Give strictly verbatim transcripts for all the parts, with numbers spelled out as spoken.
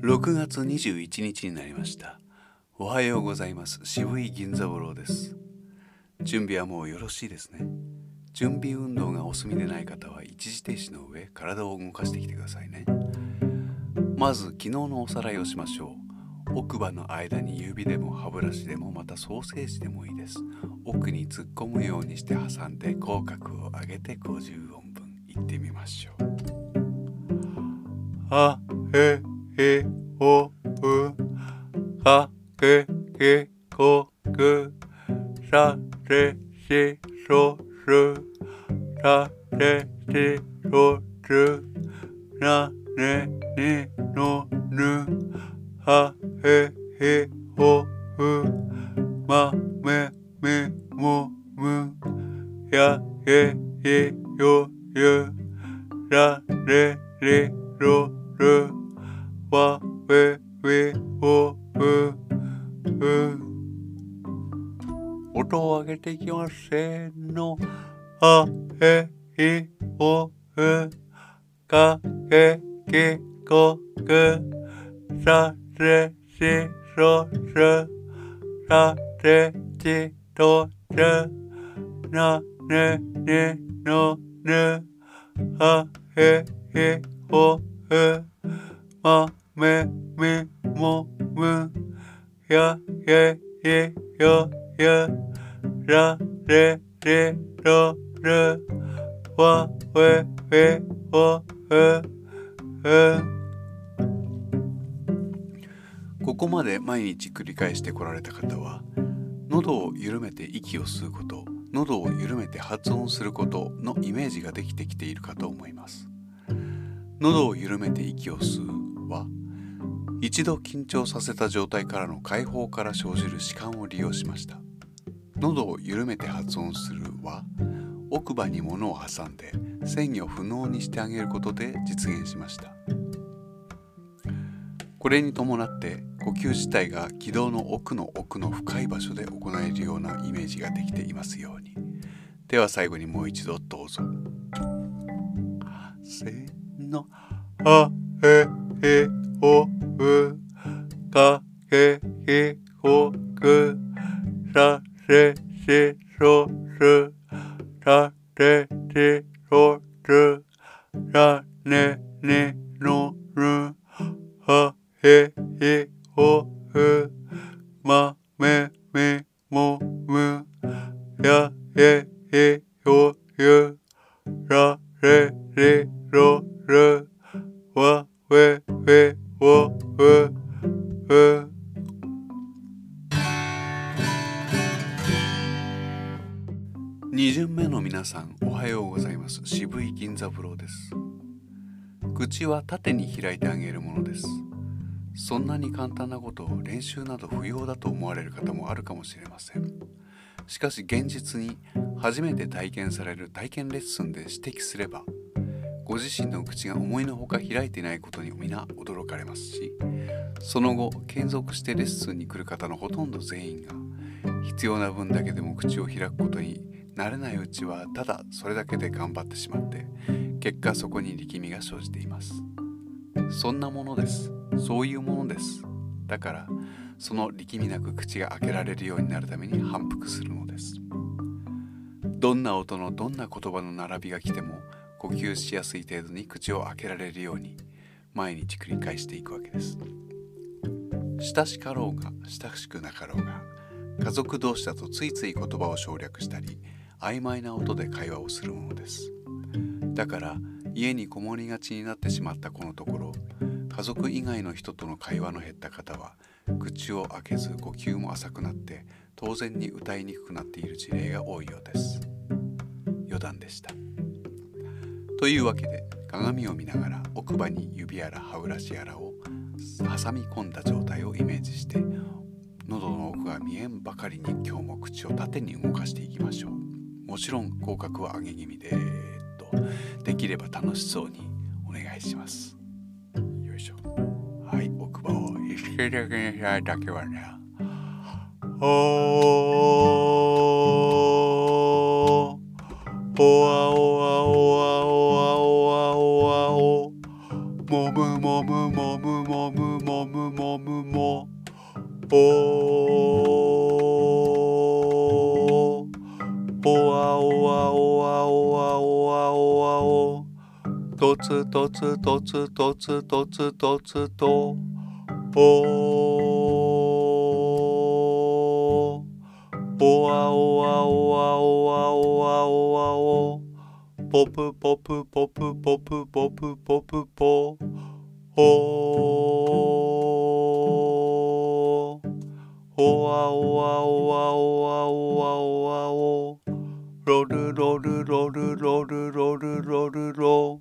ろくがつにじゅういちにちになりました。おはようございます。渋い銀座風呂です。準備はもうよろしいですね。準備運動がお済みでない方は一時停止の上、体を動かしてきてくださいね。まず昨日のおさらいをしましょう。奥歯の間に指でも歯ブラシでもまたソーセージでもいいです。奥に突っ込むようにして挟んで口角を上げてごじゅうおんぶん言ってみましょう。あへへおうかけけこくさてしそすさてしそすなねにのぬはへへほふまめみもむやへへよゆられれろるわべべおうう音を上げていきます。せーの。あへひおうかけきこくさせしそすさてちとつなねにのぬはへひおうまめみもむやへひよゆられれろるわwe weおううここまで毎日繰り返してこられた方は、喉を緩めて息を吸うこと、喉を緩めて発音することのイメージができてきているかと思います。喉を緩めて息を吸うは、一度緊張させた状態からの解放から生じる弛緩を利用しました。喉を緩めて発音するは、奥歯に物を挟んで制御不能にしてあげることで実現しました。これに伴って呼吸自体が気道の奥の奥の深い場所で行えるようなイメージができていますように。では最後にもう一度どうぞ。せーの。あへへおうかけきこくさせしそすさてしそすさねにのぬはへひほふまめみもむやへひよゆられりろるわwe weおううに巡目の皆さん、おはようございます。渋い銀座風呂です。口は縦に開いてあげるものです。そんなに簡単なことを練習など不要だと思われる方もあるかもしれません。しかし現実に初めて体験される体験レッスンで指摘すれば、ご自身の口が思いのほか開いていないことに皆驚かれますし、その後継続してレッスンに来る方のほとんど全員が必要な分だけでも口を開くことに慣れないうちはただそれだけで頑張ってしまって、結果そこに力みが生じています。そんなものです。そういうものです。だからその力みなく口が開けられるようになるために反復するのです。どんな音のどんな言葉の並びが来ても呼吸しやすい程度に口を開けられるように毎日繰り返していくわけです。親しかろうが親しくなかろうが、家族同士だとついつい言葉を省略したり曖昧な音で会話をするものです。だから家にこもりがちになってしまったこのところ、家族以外の人との会話の減った方は口を開けず呼吸も浅くなって当然に歌いにくくなっている事例が多いようです。余談でした。というわけで、鏡を見ながら奥歯に指やら歯ブラシやらを挟み込んだ状態をイメージして、喉の奥が見えんばかりに今日も口を縦に動かしていきましょう。もちろん口角は上げ気味で、えー、っとできれば楽しそうにお願いします。よいしょ。はい、奥歯を意識的に開いただけはね、おーおわおわおわおわおわおわおもむもむもむもむもとつとつとつとつとつとつとおおわおわおわおわおわおわおポプポプポプポプポプポプポおおわおわおわおわおわおわおロルロルロルロルロルロルロ。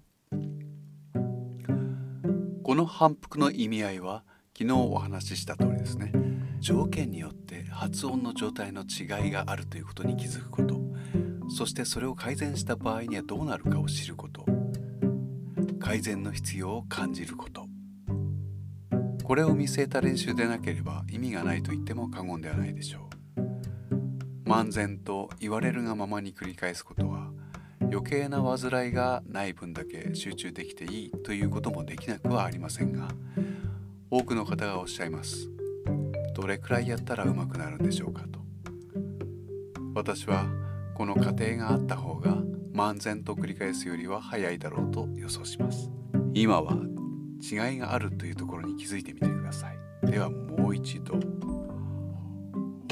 この反復の意味合いは昨日お話しした通りですね。条件によって発音の状態の違いがあるということに気づくこと、そしてそれを改善した場合にはどうなるかを知ること、改善の必要を感じること、これを見据えた練習でなければ意味がないと言っても過言ではないでしょう。漫然と言われるがままに繰り返すことは余計な煩いがない分だけ集中できていいということもできなくはありませんが、多くの方がおっしゃいます。どれくらいやったらうまくなるんでしょうかと。私はこの過程があった方が漫然と繰り返すよりは早いだろうと予想します。今は違いがあるというところに気づいてみてください。ではもう一度。お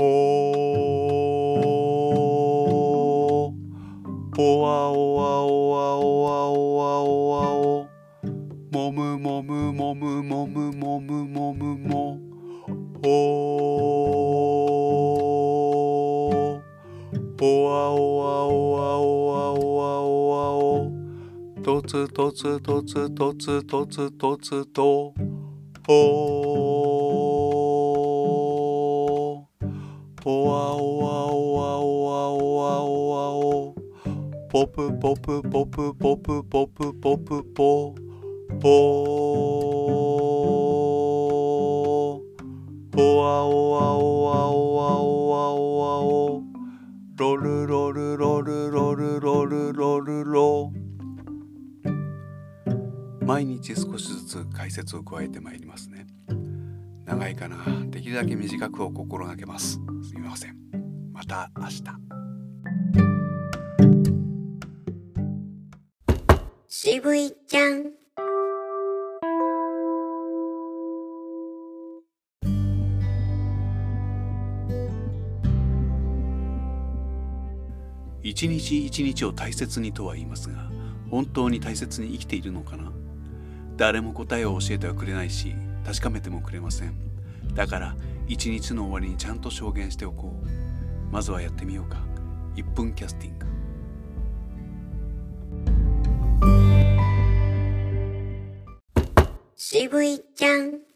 おわおわおわおわおわおわおもむもむもむもむもむもむもおおわおわおわおわおわおわおとつとつとつとつとつとつとおおわおわおわおわおわおわおポプポプポプポプポプポプポポおわおわおわおわおわおわおロルロルロルロルロルロルロ。毎日少しずつ解説を加えてまいりますね。長いかな。できるだけ短くを心がけます。すみません。また明日。 渋いちゃん。 一日一日を大切にとは言いますが、本当に大切に生きているのかな。誰も答えを教えてはくれないし、確かめてもくれません。だから一日の終わりにちゃんと証言しておこう。まずはやってみようか。いっぷんキャスティング。 渋いちゃん。